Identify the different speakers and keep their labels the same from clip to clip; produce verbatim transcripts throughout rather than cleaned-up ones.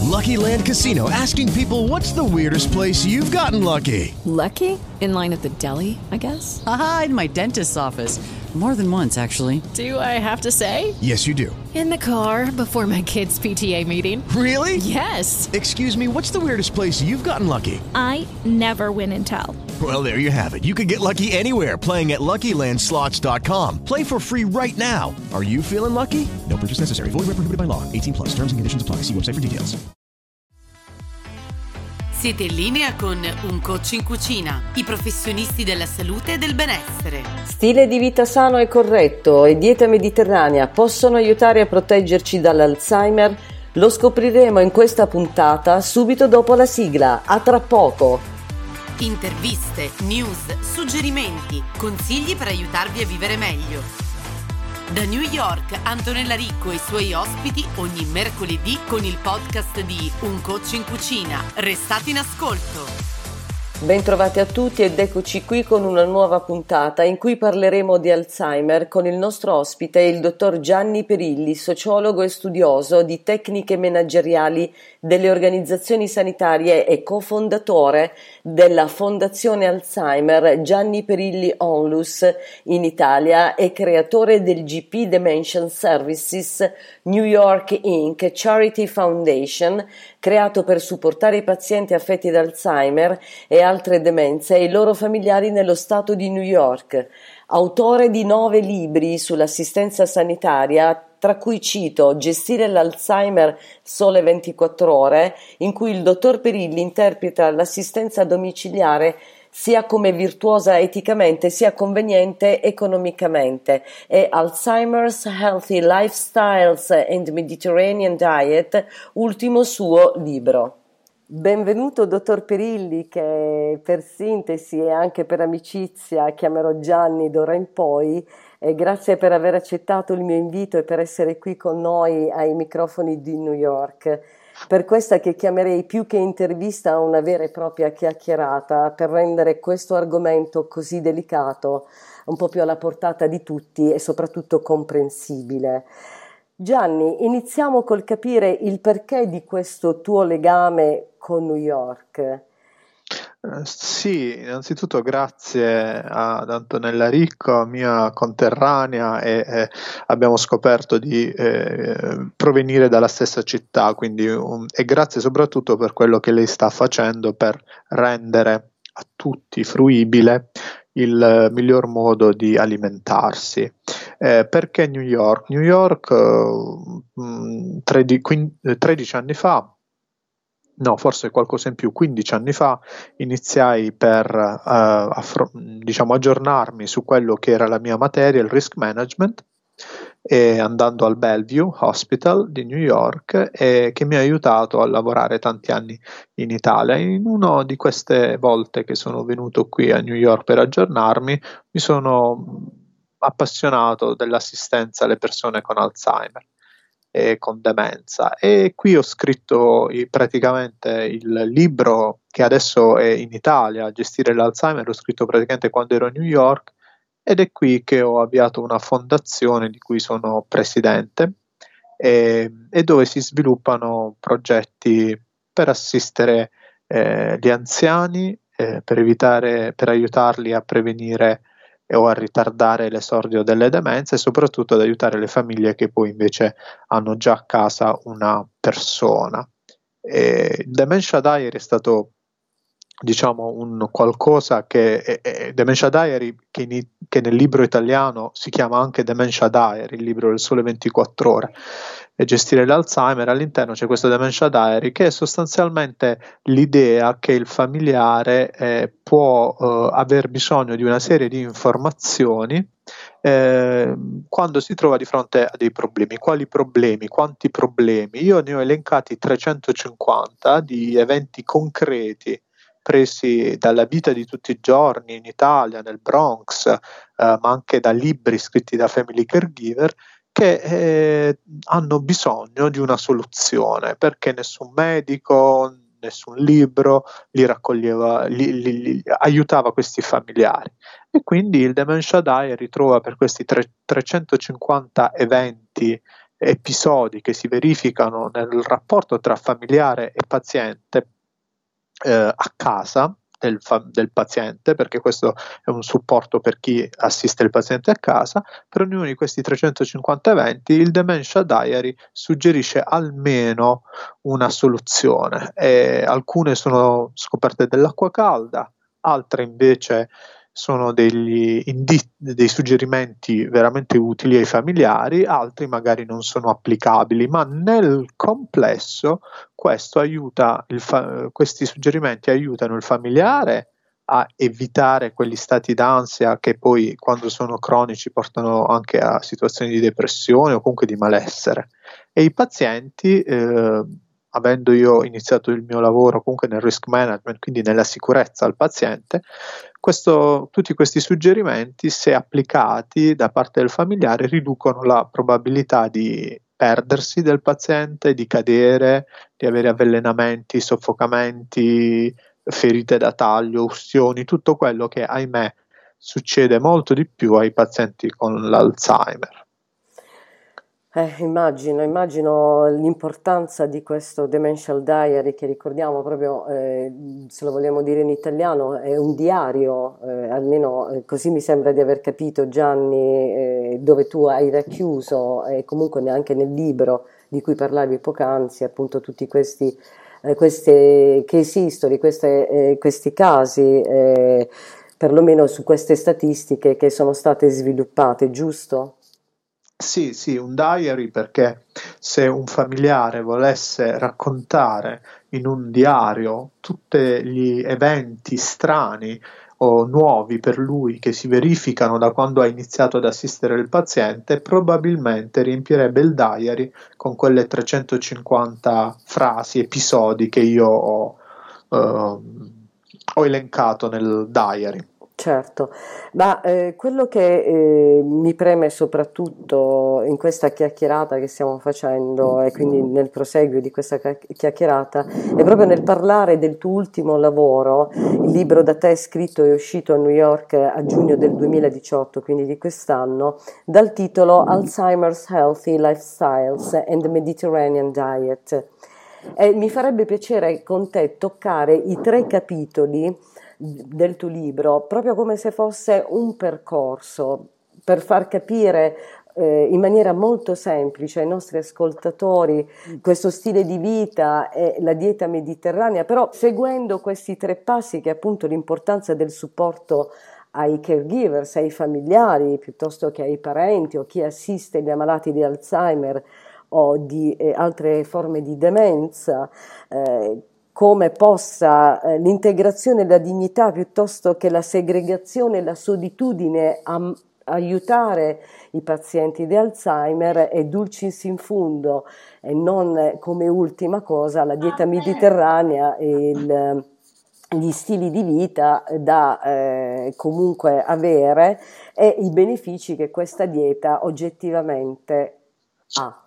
Speaker 1: Lucky Land Casino, asking people, what's the weirdest place you've gotten lucky?
Speaker 2: Lucky? In line at the deli, I guess?
Speaker 3: Aha, in my dentist's office. More than once, actually.
Speaker 2: Do I have to say?
Speaker 1: Yes, you do.
Speaker 2: In the car before my kids' P T A meeting.
Speaker 1: Really?
Speaker 2: Yes.
Speaker 1: Excuse me, what's the weirdest place you've gotten lucky?
Speaker 4: I never win and tell.
Speaker 1: Well, there you have it. You can get lucky anywhere, playing at Lucky Land Slots dot com. Play for free right now. Are you feeling lucky? No purchase necessary. Void where prohibited by law. eighteen plus. Terms and conditions apply. See website for details.
Speaker 5: Siete in linea con Un Coach in Cucina, i professionisti della salute e del benessere.
Speaker 6: Stile di vita sano e corretto e dieta mediterranea possono aiutare a proteggerci dall'Alzheimer? Lo scopriremo in questa puntata subito dopo la sigla. A tra poco!
Speaker 5: Interviste, news, suggerimenti, consigli per aiutarvi a vivere meglio. Da New York, Antonella Ricco e i suoi ospiti ogni mercoledì con il podcast di Un Coach in Cucina. Restate in ascolto!
Speaker 6: Bentrovati a tutti ed eccoci qui con una nuova puntata in cui parleremo di Alzheimer con il nostro ospite, il dottor Gianni Perilli, sociologo e studioso di tecniche manageriali delle organizzazioni sanitarie e cofondatore della Fondazione Alzheimer Gianni Perilli Onlus in Italia e creatore del G P Dementia Services New York Incorporated Charity Foundation, creato per supportare i pazienti affetti da Alzheimer e altre demenze e i loro familiari nello stato di New York. Autore di nove libri sull'assistenza sanitaria, tra cui cito Gestire l'Alzheimer sole ventiquattro ore, in cui il dottor Perilli interpreta l'assistenza domiciliare sia come virtuosa eticamente sia conveniente economicamente, e Alzheimer's Healthy Lifestyles and Mediterranean Diet, ultimo suo libro. Benvenuto dottor Perilli, che per sintesi e anche per amicizia chiamerò Gianni d'ora in poi, e grazie per aver accettato il mio invito e per essere qui con noi ai microfoni di New York. Per questa che chiamerei più che intervista una vera e propria chiacchierata, per rendere questo argomento così delicato un po' più alla portata di tutti e soprattutto comprensibile. Gianni, iniziamo col capire il perché di questo tuo legame con New York.
Speaker 7: Uh, sì, innanzitutto grazie ad Antonella Ricco, mia conterranea, e eh, abbiamo scoperto di eh, provenire dalla stessa città, quindi um, e grazie soprattutto per quello che lei sta facendo per rendere a tutti fruibile il miglior modo di alimentarsi. Eh, perché New York? New York uh, tredici anni fa, no, forse qualcosa in più, quindici anni fa, iniziai per uh, affro- diciamo aggiornarmi su quello che era la mia materia, il risk management, e andando al Bellevue Hospital di New York, e che mi ha aiutato a lavorare tanti anni in Italia. In una di queste volte che sono venuto qui a New York per aggiornarmi, mi sono appassionato dell'assistenza alle persone con Alzheimer e con demenza, e qui ho scritto i, praticamente il libro che adesso è in Italia, Gestire l'Alzheimer. L'ho scritto praticamente quando ero a New York, ed è qui che ho avviato una fondazione di cui sono presidente, e, e dove si sviluppano progetti per assistere eh, gli anziani, eh, per evitare, per aiutarli a prevenire o a ritardare l'esordio delle demenze, e soprattutto ad aiutare le famiglie che poi invece hanno già a casa una persona. E Dementia Diary è stato, diciamo, un qualcosa che è, è Dementia Diary, che, in, che nel libro italiano si chiama anche Dementia Diary, il libro del Sole ventiquattro ore, e Gestire l'Alzheimer. All'interno c'è questo Dementia Diary, che è sostanzialmente l'idea che il familiare eh, può eh, aver bisogno di una serie di informazioni eh, quando si trova di fronte a dei problemi. Quali problemi? Quanti problemi? Io ne ho elencati trecentocinquanta di eventi concreti presi dalla vita di tutti i giorni in Italia, nel Bronx, eh, ma anche da libri scritti da family caregiver, che eh, hanno bisogno di una soluzione, perché nessun medico, nessun libro li raccoglieva, li, li, li aiutava questi familiari. E quindi il Dementia Diary trova per questi tre, trecentocinquanta eventi episodi che si verificano nel rapporto tra familiare e paziente eh, a casa del, fa- del paziente, perché questo è un supporto per chi assiste il paziente a casa. Per ognuno di questi trecentocinquanta eventi il Dementia Diary suggerisce almeno una soluzione, e alcune sono scoperte dell'acqua calda, altre invece sono degli indi- dei suggerimenti veramente utili ai familiari, altri magari non sono applicabili, ma nel complesso questo aiuta il fa- questi suggerimenti aiutano il familiare a evitare quegli stati d'ansia che poi, quando sono cronici, portano anche a situazioni di depressione o comunque di malessere, e i pazienti, eh, avendo io iniziato il mio lavoro comunque nel risk management, quindi nella sicurezza al paziente, questo, tutti questi suggerimenti, se applicati da parte del familiare, riducono la probabilità di perdersi del paziente, di cadere, di avere avvelenamenti, soffocamenti, ferite da taglio, ustioni, tutto quello che, ahimè, succede molto di più ai pazienti con l'Alzheimer.
Speaker 6: Eh, immagino, immagino l'importanza di questo Demential Diary, che ricordiamo proprio, eh, se lo vogliamo dire in italiano, è un diario, eh, almeno eh, così mi sembra di aver capito, Gianni, eh, dove tu hai racchiuso, e eh, comunque neanche nel libro di cui parlavi poc'anzi, appunto tutti questi eh, queste case history, queste, eh, questi casi, eh, perlomeno su queste statistiche che sono state sviluppate, giusto?
Speaker 7: Sì, sì, un diary, perché se un familiare volesse raccontare in un diario tutti gli eventi strani o nuovi per lui che si verificano da quando ha iniziato ad assistere il paziente, probabilmente riempirebbe il diary con quelle trecentocinquanta frasi, episodi che io ho, eh, ho elencato nel diary.
Speaker 6: Certo, ma eh, quello che eh, mi preme soprattutto in questa chiacchierata che stiamo facendo, e quindi nel proseguio di questa chiacchierata, è proprio nel parlare del tuo ultimo lavoro, il libro da te scritto e uscito a New York a giugno del duemiladiciotto, quindi di quest'anno, dal titolo Alzheimer's Healthy Lifestyles and the Mediterranean Diet. E mi farebbe piacere con te toccare i tre capitoli del tuo libro, proprio come se fosse un percorso per far capire eh, in maniera molto semplice ai nostri ascoltatori questo stile di vita e la dieta mediterranea, però seguendo questi tre passi, che è appunto l'importanza del supporto ai caregivers, ai familiari, piuttosto che ai parenti o chi assiste gli ammalati di Alzheimer o di eh, altre forme di demenza, eh, come possa eh, l'integrazione e la dignità piuttosto che la segregazione e la solitudine am- aiutare i pazienti di Alzheimer, e dulcis in fundo, e non come ultima cosa, la dieta mediterranea e il, gli stili di vita da eh, comunque avere, e i benefici che questa dieta oggettivamente ha.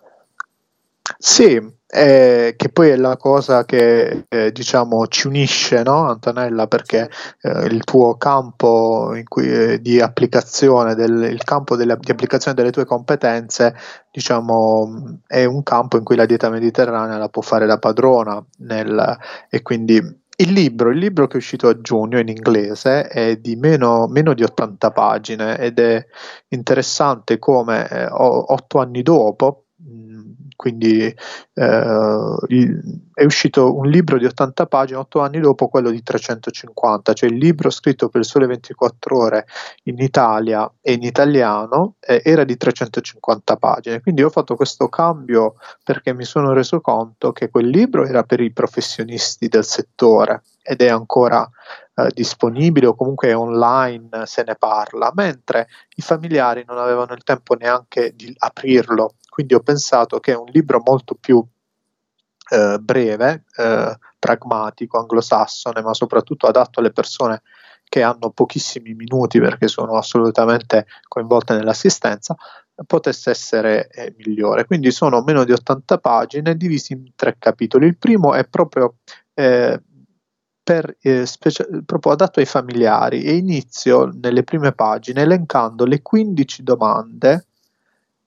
Speaker 7: Sì, eh, che poi è la cosa che eh, diciamo ci unisce, no, Antonella, perché eh, il tuo campo in cui, eh, di applicazione, del, il campo delle, di applicazione delle tue competenze, diciamo, è un campo in cui la dieta mediterranea la può fare da padrona, nel, e quindi il libro, il libro che è uscito a giugno in inglese è di meno, meno di ottanta pagine, ed è interessante come eh, otto anni dopo, quindi eh, il, è uscito un libro di ottanta pagine otto anni dopo quello di trecentocinquanta, cioè il libro scritto per il Sole ventiquattro Ore in Italia e in italiano eh, era di trecentocinquanta pagine, quindi ho fatto questo cambio perché mi sono reso conto che quel libro era per i professionisti del settore ed è ancora eh, disponibile, o comunque è online, se ne parla, mentre i familiari non avevano il tempo neanche di aprirlo. Quindi ho pensato che è un libro molto più eh, breve, eh, pragmatico, anglosassone, ma soprattutto adatto alle persone che hanno pochissimi minuti perché sono assolutamente coinvolte nell'assistenza, potesse essere eh, migliore. Quindi sono meno di ottanta pagine divisi in tre capitoli. Il primo è proprio, eh, per, eh, specia- proprio adatto ai familiari, e inizio nelle prime pagine elencando le quindici domande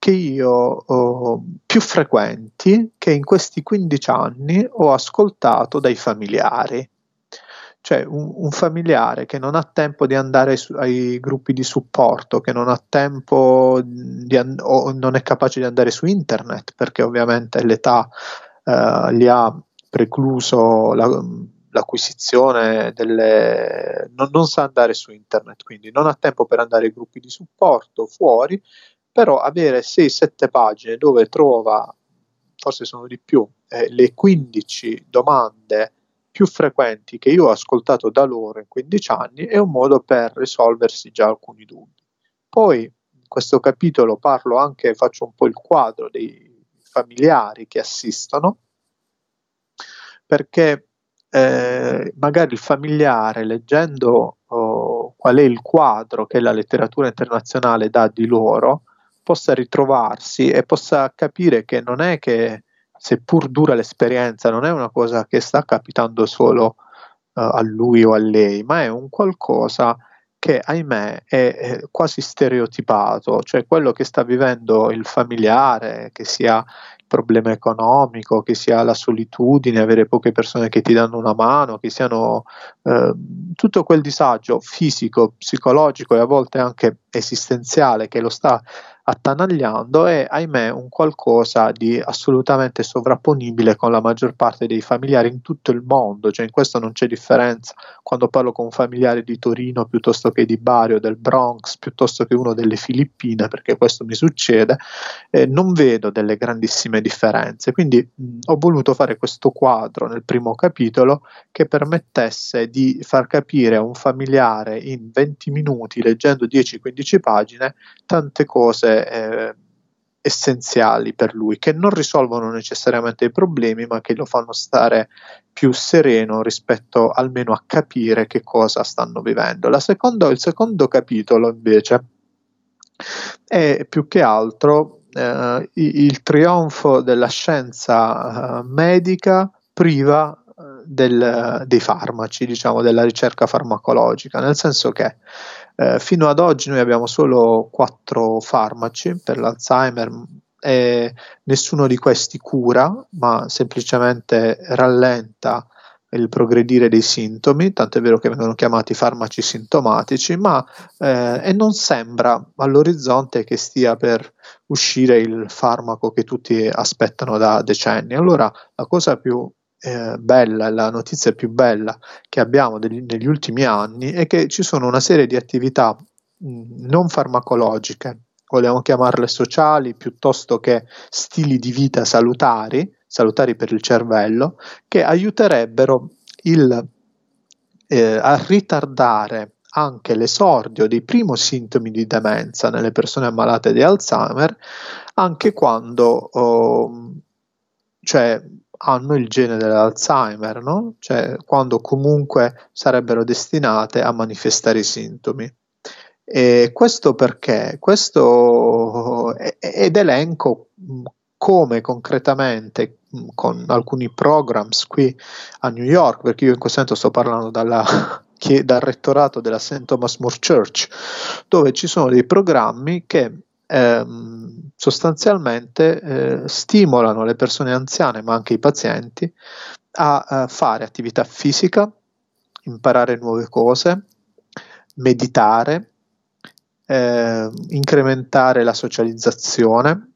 Speaker 7: che io oh, più frequenti che in questi quindici anni ho ascoltato dai familiari. Cioè un, un familiare che non ha tempo di andare su, ai gruppi di supporto, che non ha tempo di and- o non è capace di andare su internet, perché ovviamente l'età eh, gli ha precluso la, l'acquisizione delle... Non, non sa andare su internet, quindi non ha tempo per andare ai gruppi di supporto fuori, però avere sei sette pagine dove trova, forse sono di più, eh, le quindici domande più frequenti che io ho ascoltato da loro in quindici anni è un modo per risolversi già alcuni dubbi. Poi in questo capitolo parlo anche, faccio un po' il quadro dei familiari che assistono, perché eh, magari il familiare, leggendo oh, qual è il quadro che la letteratura internazionale dà di loro, possa ritrovarsi e possa capire che non è che, seppur dura l'esperienza, non è una cosa che sta capitando solo uh, a lui o a lei, ma è un qualcosa che, ahimè, è, è quasi stereotipato, cioè quello che sta vivendo il familiare, che sia il problema economico, che sia la solitudine, avere poche persone che ti danno una mano, che siano eh, tutto quel disagio fisico, psicologico e a volte anche esistenziale che lo sta attanagliando, è, ahimè, un qualcosa di assolutamente sovrapponibile con la maggior parte dei familiari in tutto il mondo. Cioè in questo non c'è differenza quando parlo con un familiare di Torino piuttosto che di Bari o del Bronx, piuttosto che uno delle Filippine, perché questo mi succede, eh, non vedo delle grandissime differenze. Quindi mh, ho voluto fare questo quadro nel primo capitolo che permettesse di far capire a un familiare in venti minuti, leggendo dieci quindici pagine, tante cose Eh, essenziali per lui, che non risolvono necessariamente i problemi, ma che lo fanno stare più sereno rispetto almeno a capire che cosa stanno vivendo. La secondo, il secondo capitolo invece è più che altro eh, il, il trionfo della scienza eh, medica priva del, dei farmaci, diciamo della ricerca farmacologica, nel senso che Eh, fino ad oggi noi abbiamo solo quattro farmaci per l'Alzheimer e nessuno di questi cura, ma semplicemente rallenta il progredire dei sintomi, tanto è vero che vengono chiamati farmaci sintomatici, ma eh, e non sembra all'orizzonte che stia per uscire il farmaco che tutti aspettano da decenni. Allora la cosa più Eh, bella, la notizia più bella che abbiamo degli, negli ultimi anni è che ci sono una serie di attività mh, non farmacologiche, vogliamo chiamarle sociali piuttosto che stili di vita salutari, salutari per il cervello, che aiuterebbero il, eh, a ritardare anche l'esordio dei primi sintomi di demenza nelle persone ammalate di Alzheimer, anche quando oh, cioè hanno il gene dell'Alzheimer, no? Cioè quando comunque sarebbero destinate a manifestare i sintomi. E questo perché? Questo è, ed elenco come concretamente con alcuni programs qui a New York, perché io in questo momento sto parlando dalla, dal rettorato della Saint Thomas More Church, dove ci sono dei programmi che Ehm, sostanzialmente eh, stimolano le persone anziane, ma anche i pazienti, a, a fare attività fisica, imparare nuove cose, meditare, eh, incrementare la socializzazione,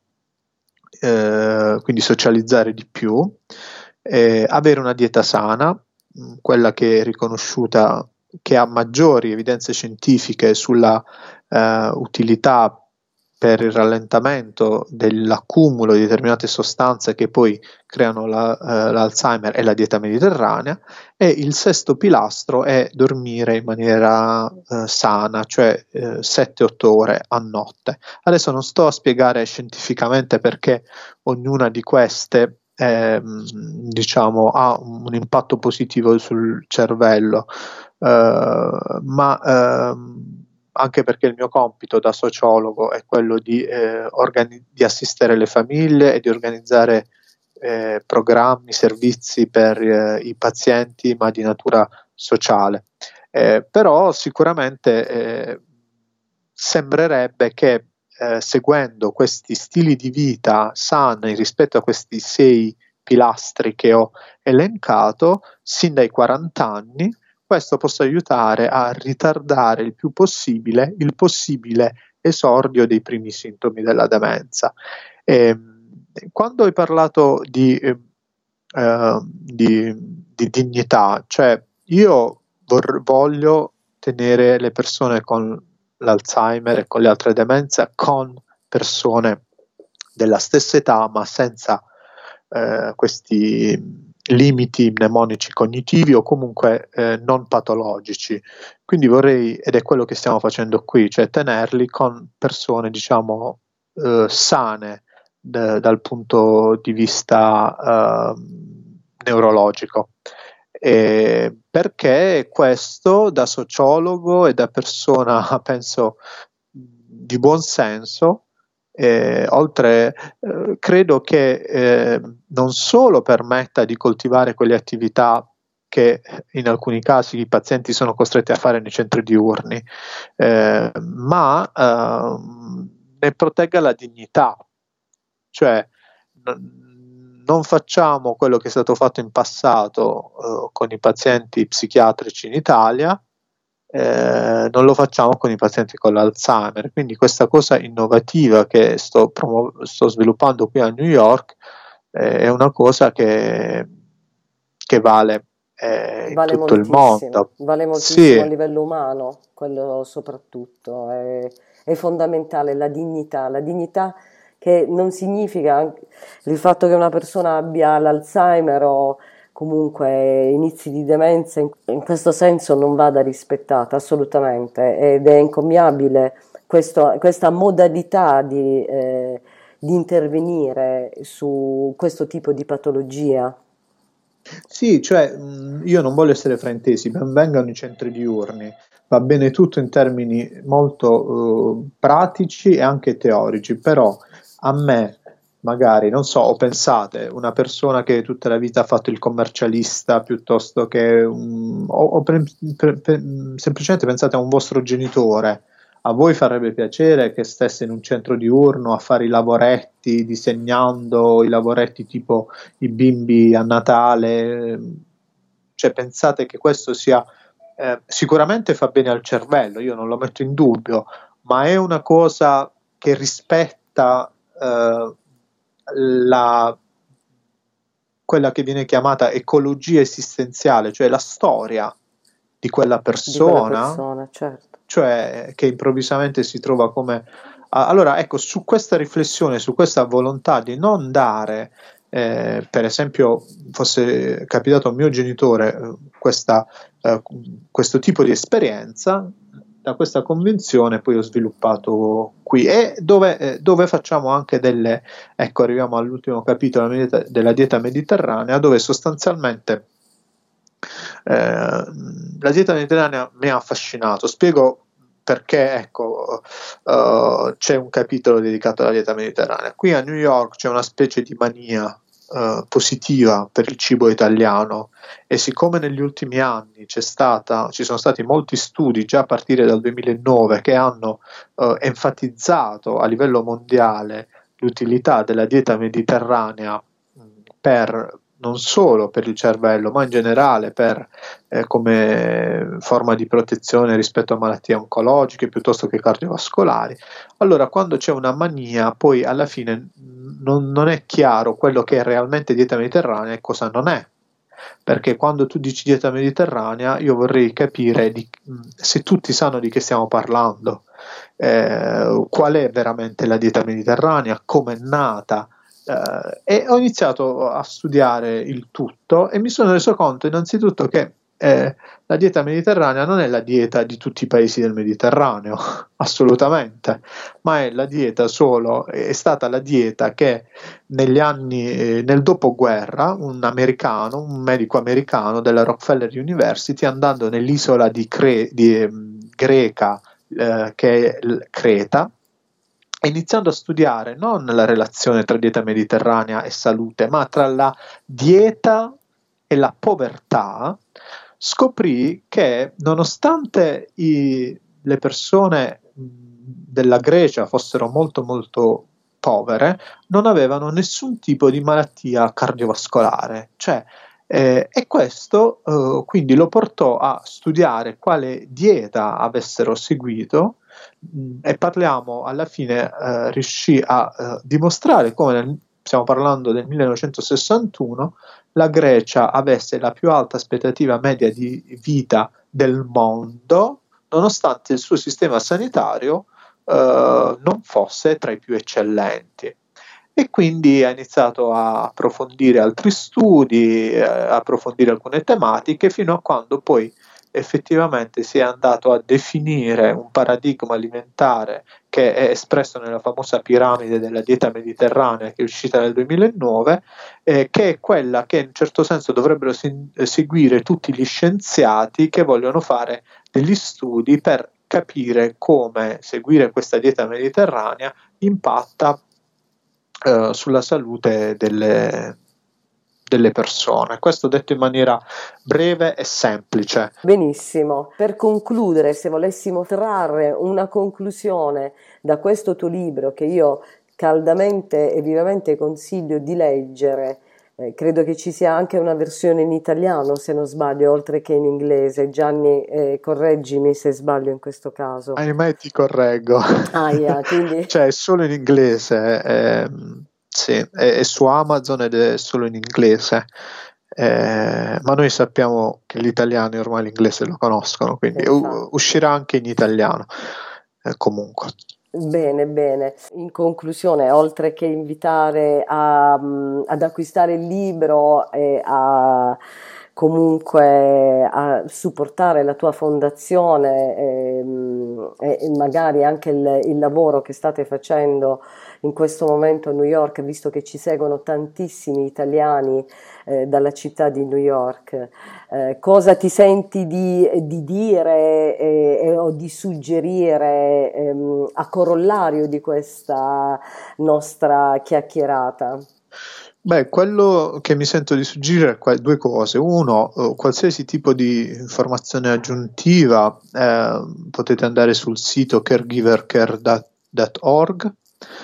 Speaker 7: eh, quindi socializzare di più, eh, avere una dieta sana, quella che è riconosciuta, che ha maggiori evidenze scientifiche sulla eh, utilità per il rallentamento dell'accumulo di determinate sostanze che poi creano la, eh, l'Alzheimer, e la dieta mediterranea. E il sesto pilastro è dormire in maniera eh, sana, cioè eh, sette otto ore a notte. Adesso non sto a spiegare scientificamente perché ognuna di queste eh, diciamo ha un impatto positivo sul cervello, eh, ma ehm, anche perché il mio compito da sociologo è quello di, eh, organi- di assistere le famiglie e di organizzare eh, programmi, servizi per eh, i pazienti, ma di natura sociale. Eh, però sicuramente eh, sembrerebbe che eh, seguendo questi stili di vita sani rispetto a questi sei pilastri che ho elencato sin dai quaranta anni, questo possa aiutare a ritardare il più possibile il possibile esordio dei primi sintomi della demenza. E, quando hai parlato di, eh, di, di dignità, cioè io vor, voglio tenere le persone con l'Alzheimer e con le altre demenze con persone della stessa età, ma senza eh, questi limiti mnemonici cognitivi o comunque eh, non patologici. Quindi vorrei, ed è quello che stiamo facendo qui, cioè tenerli con persone, diciamo, eh, sane d- dal punto di vista eh, neurologico. E perché questo, da sociologo e da persona, penso, di buon senso, Eh, oltre eh, credo che eh, non solo permetta di coltivare quelle attività che in alcuni casi i pazienti sono costretti a fare nei centri diurni, eh, ma eh, ne protegga la dignità, cioè n- non facciamo quello che è stato fatto in passato eh, con i pazienti psichiatrici in Italia. Eh, non lo facciamo con i pazienti con l'Alzheimer, quindi questa cosa innovativa che sto, promu- sto sviluppando qui a New York eh, è una cosa che, che vale, eh,
Speaker 6: Vale
Speaker 7: in tutto il
Speaker 6: moltissimo,
Speaker 7: mondo.
Speaker 6: vale moltissimo a
Speaker 7: Sì,
Speaker 6: livello umano, quello soprattutto, è, è fondamentale, la dignità, la dignità che non significa anche il fatto che una persona abbia l'Alzheimer o comunque inizi di demenza, in, in questo senso non vada rispettata assolutamente, ed è encomiabile questo- questa modalità di, eh, di intervenire su questo tipo di patologia.
Speaker 7: sì, cioè mh, io non voglio essere fraintesi, ben vengano i centri diurni, va bene tutto in termini molto eh, pratici e anche teorici, però a me magari, non so, o pensate, una persona che tutta la vita ha fatto il commercialista piuttosto che un, o, o per- per- per- semplicemente pensate a un vostro genitore, a voi farebbe piacere che stesse in un centro diurno a fare i lavoretti, disegnando i lavoretti tipo i bimbi a Natale, cioè pensate che questo sia eh, sicuramente fa bene al cervello, io non lo metto in dubbio, ma è una cosa che rispetta eh, la, quella che viene chiamata ecologia esistenziale, cioè la storia di quella
Speaker 6: Di quella
Speaker 7: persona,
Speaker 6: persona, certo.
Speaker 7: cioè che improvvisamente si trova come... Ah, allora, ecco, su questa riflessione, su questa volontà di non dare, eh, per esempio, fosse capitato a mio genitore eh, questa, eh, questo tipo di esperienza, da questa convinzione poi ho sviluppato qui, e dove, eh, dove facciamo anche delle, ecco, arriviamo all'ultimo capitolo della dieta, della dieta mediterranea, dove sostanzialmente eh, la dieta mediterranea mi ha affascinato. Spiego perché, ecco, uh, c'è un capitolo dedicato alla dieta mediterranea. Qui a New York c'è una specie di mania uh, positiva per il cibo italiano, e siccome negli ultimi anni c'è stata, ci sono stati molti studi già a partire dal duemilanove che hanno uh, enfatizzato a livello mondiale l'utilità della dieta mediterranea mh, per non solo per il cervello, ma in generale per, eh, come forma di protezione rispetto a malattie oncologiche piuttosto che cardiovascolari. Allora, quando c'è una mania, poi alla fine non, non è chiaro quello che è realmente dieta mediterranea e cosa non è. Perché quando tu dici dieta mediterranea, io vorrei capire di, se tutti sanno di che stiamo parlando, eh, qual è veramente la dieta mediterranea, come è nata. Uh, e ho iniziato a studiare il tutto e mi sono reso conto innanzitutto che eh, la dieta mediterranea non è la dieta di tutti i paesi del Mediterraneo, assolutamente, ma è la dieta solo, è stata la dieta che negli anni, eh, nel dopoguerra, un americano, un medico americano della Rockefeller University, andando nell'isola di, Cre- di eh, greca eh, che è Creta, iniziando a studiare non la relazione tra dieta mediterranea e salute, ma tra la dieta e la povertà, scoprì che nonostante i, le persone della Grecia fossero molto molto povere, non avevano nessun tipo di malattia cardiovascolare, cioè Eh, e questo eh, quindi lo portò a studiare quale dieta avessero seguito, mh, e parliamo alla fine, eh, riuscì a eh, dimostrare come, nel, stiamo parlando del millenovecentosessantuno, la Grecia avesse la più alta aspettativa media di vita del mondo, nonostante il suo sistema sanitario eh, non fosse tra i più eccellenti. E quindi ha iniziato a approfondire altri studi, eh, a approfondire alcune tematiche, fino a quando poi effettivamente si è andato a definire un paradigma alimentare che è espresso nella famosa piramide della dieta mediterranea, che è uscita nel duemilanove, eh, che è quella che in un certo senso dovrebbero sin- seguire tutti gli scienziati che vogliono fare degli studi per capire come seguire questa dieta mediterranea impatta Uh, sulla salute delle, delle persone. Questo detto in maniera breve e semplice.
Speaker 6: Benissimo. Per concludere, se volessimo trarre una conclusione da questo tuo libro, che io caldamente e vivamente consiglio di leggere, eh, credo che ci sia anche una versione in italiano, se non sbaglio, oltre che in inglese. Gianni, eh, correggimi se sbaglio in questo caso.
Speaker 7: Ahimè, ti correggo.
Speaker 6: Ah, yeah, quindi...
Speaker 7: cioè è solo in inglese, eh, sì, è, è su Amazon ed è solo in inglese, eh, ma noi sappiamo che gli italiani ormai l'inglese lo conoscono, quindi u- uscirà anche in italiano, eh, comunque.
Speaker 6: Bene, bene. In conclusione, oltre che invitare a, um, ad acquistare il libro e a comunque a supportare la tua fondazione e, e magari anche il, il lavoro che state facendo in questo momento a New York, visto che ci seguono tantissimi italiani eh, dalla città di New York, eh, cosa ti senti di, di dire eh, o di suggerire ehm, a corollario di questa nostra chiacchierata?
Speaker 7: Beh, quello che mi sento di suggerire è due cose. Uno, qualsiasi tipo di informazione aggiuntiva, eh, potete andare sul sito caregivercare punto org,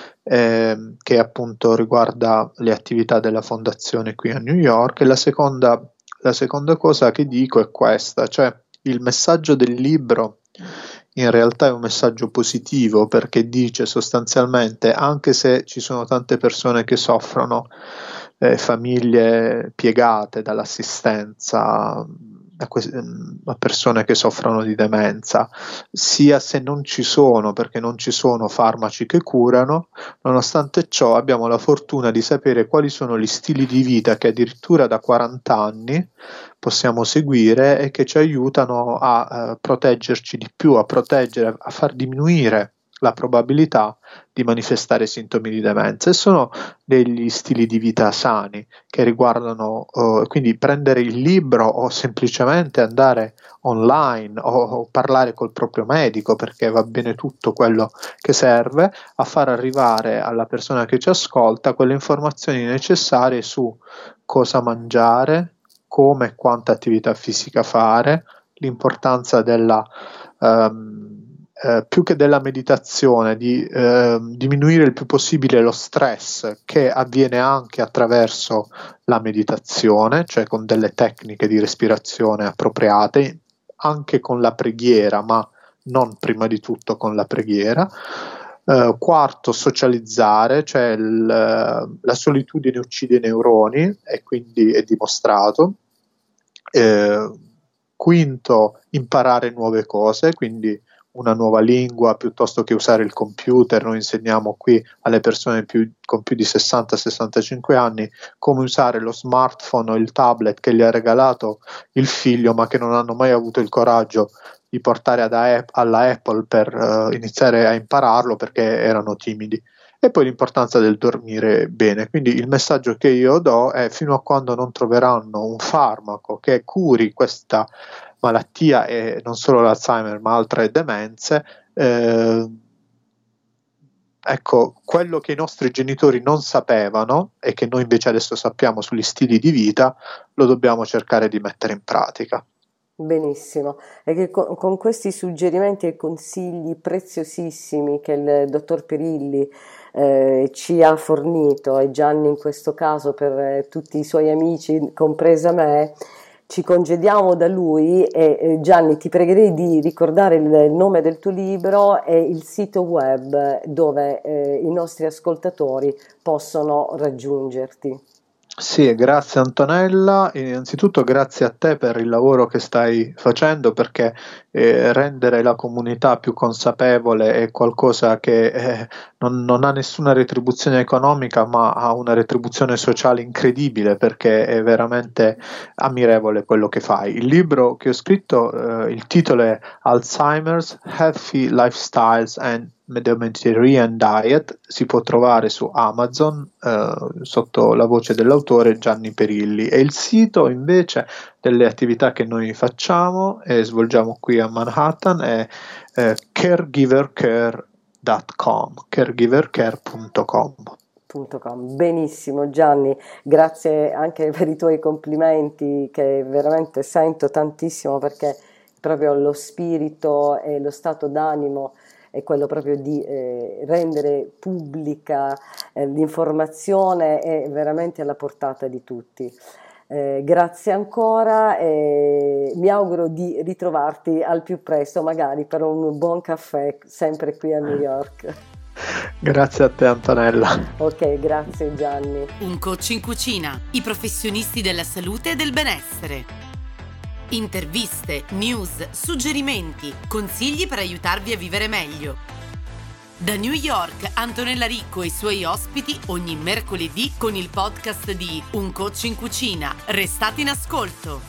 Speaker 7: eh, che appunto riguarda le attività della fondazione qui a New York. E la seconda, la seconda cosa che dico è questa, cioè il messaggio del libro in realtà è un messaggio positivo, perché dice sostanzialmente, anche se ci sono tante persone che soffrono, eh, famiglie piegate dall'assistenza a, que- a persone che soffrono di demenza, sia se non ci sono, perché non ci sono farmaci che curano, nonostante ciò abbiamo la fortuna di sapere quali sono gli stili di vita che addirittura da quaranta anni possiamo seguire e che ci aiutano a uh, proteggerci di più, a proteggere, a far diminuire la probabilità di manifestare sintomi di demenza. E sono degli stili di vita sani che riguardano, uh, quindi prendere il libro o semplicemente andare online o, o parlare col proprio medico, perché va bene tutto quello che serve a far arrivare alla persona che ci ascolta quelle informazioni necessarie su cosa mangiare, come e quanta attività fisica fare, l'importanza della um, eh, più che della meditazione, di eh, diminuire il più possibile lo stress che avviene anche attraverso la meditazione, cioè con delle tecniche di respirazione appropriate, anche con la preghiera, ma non prima di tutto con la preghiera. Uh, quarto, socializzare, cioè il, la solitudine uccide i neuroni e quindi è dimostrato. Uh, quinto, imparare nuove cose, quindi una nuova lingua piuttosto che usare il computer. Noi insegniamo qui alle persone più, con più di sessanta sessantacinque anni come usare lo smartphone o il tablet che gli ha regalato il figlio, ma che non hanno mai avuto il coraggio di portare ad a- alla Apple per uh, iniziare a impararlo perché erano timidi. E poi l'importanza del dormire bene. Quindi il messaggio che io do è: fino a quando non troveranno un farmaco che curi questa malattia, e non solo l'Alzheimer ma altre demenze, eh, ecco, quello che i nostri genitori non sapevano e che noi invece adesso sappiamo sugli stili di vita, lo dobbiamo cercare di mettere in pratica.
Speaker 6: Benissimo, e che con, con questi suggerimenti e consigli preziosissimi che il dottor Perilli eh, ci ha fornito, e Gianni in questo caso per eh, tutti i suoi amici, compresa me, ci congediamo da lui. E eh, Gianni, ti pregherei di ricordare il, il nome del tuo libro e il sito web dove eh, i nostri ascoltatori possono raggiungerti.
Speaker 7: Sì, grazie Antonella, innanzitutto grazie a te per il lavoro che stai facendo, perché eh, rendere la comunità più consapevole è qualcosa che eh, non, non ha nessuna retribuzione economica, ma ha una retribuzione sociale incredibile, perché è veramente ammirevole quello che fai. Il libro che ho scritto, eh, il titolo è Alzheimer's, Healthy Lifestyles and Mediterranean Diet, si può trovare su Amazon eh, sotto la voce dell'autore Gianni Perilli, e il sito invece delle attività che noi facciamo e svolgiamo qui a Manhattan è eh, caregivercare punto com, caregivercare punto com.
Speaker 6: Benissimo Gianni, grazie anche per i tuoi complimenti, che veramente sento tantissimo, perché proprio lo spirito e lo stato d'animo è quello proprio di eh, rendere pubblica eh, l'informazione, è veramente alla portata di tutti. Eh, grazie ancora, e mi auguro di ritrovarti al più presto, magari per un buon caffè sempre qui a New York.
Speaker 7: Grazie a te Antonella.
Speaker 6: Ok, grazie Gianni.
Speaker 5: Un coach in cucina, i professionisti della salute e del benessere. Interviste, news, suggerimenti, consigli per aiutarvi a vivere meglio. Da New York, Antonella Ricco e i suoi ospiti ogni mercoledì con il podcast di Un Coach in Cucina. Restate in ascolto.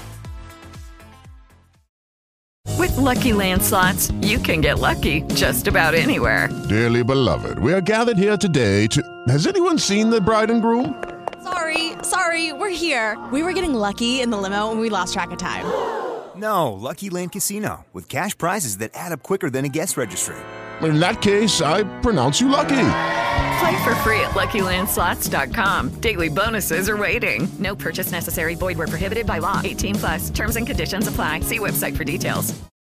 Speaker 8: With Lucky Land Slots, you can get lucky just about anywhere.
Speaker 9: Dearly beloved, we are gathered here today to... Has anyone seen the bride and groom?
Speaker 10: Sorry, sorry, we're here. We were getting lucky in the limo and we lost track of time.
Speaker 11: No, Lucky Land Casino, with cash prizes that add up quicker than a guest registry.
Speaker 9: In that case, I pronounce you lucky.
Speaker 8: Play for free at lucky land slots dot com. Daily bonuses are waiting. No purchase necessary. Void where prohibited by law. eighteen plus. Terms and conditions apply. See website for details.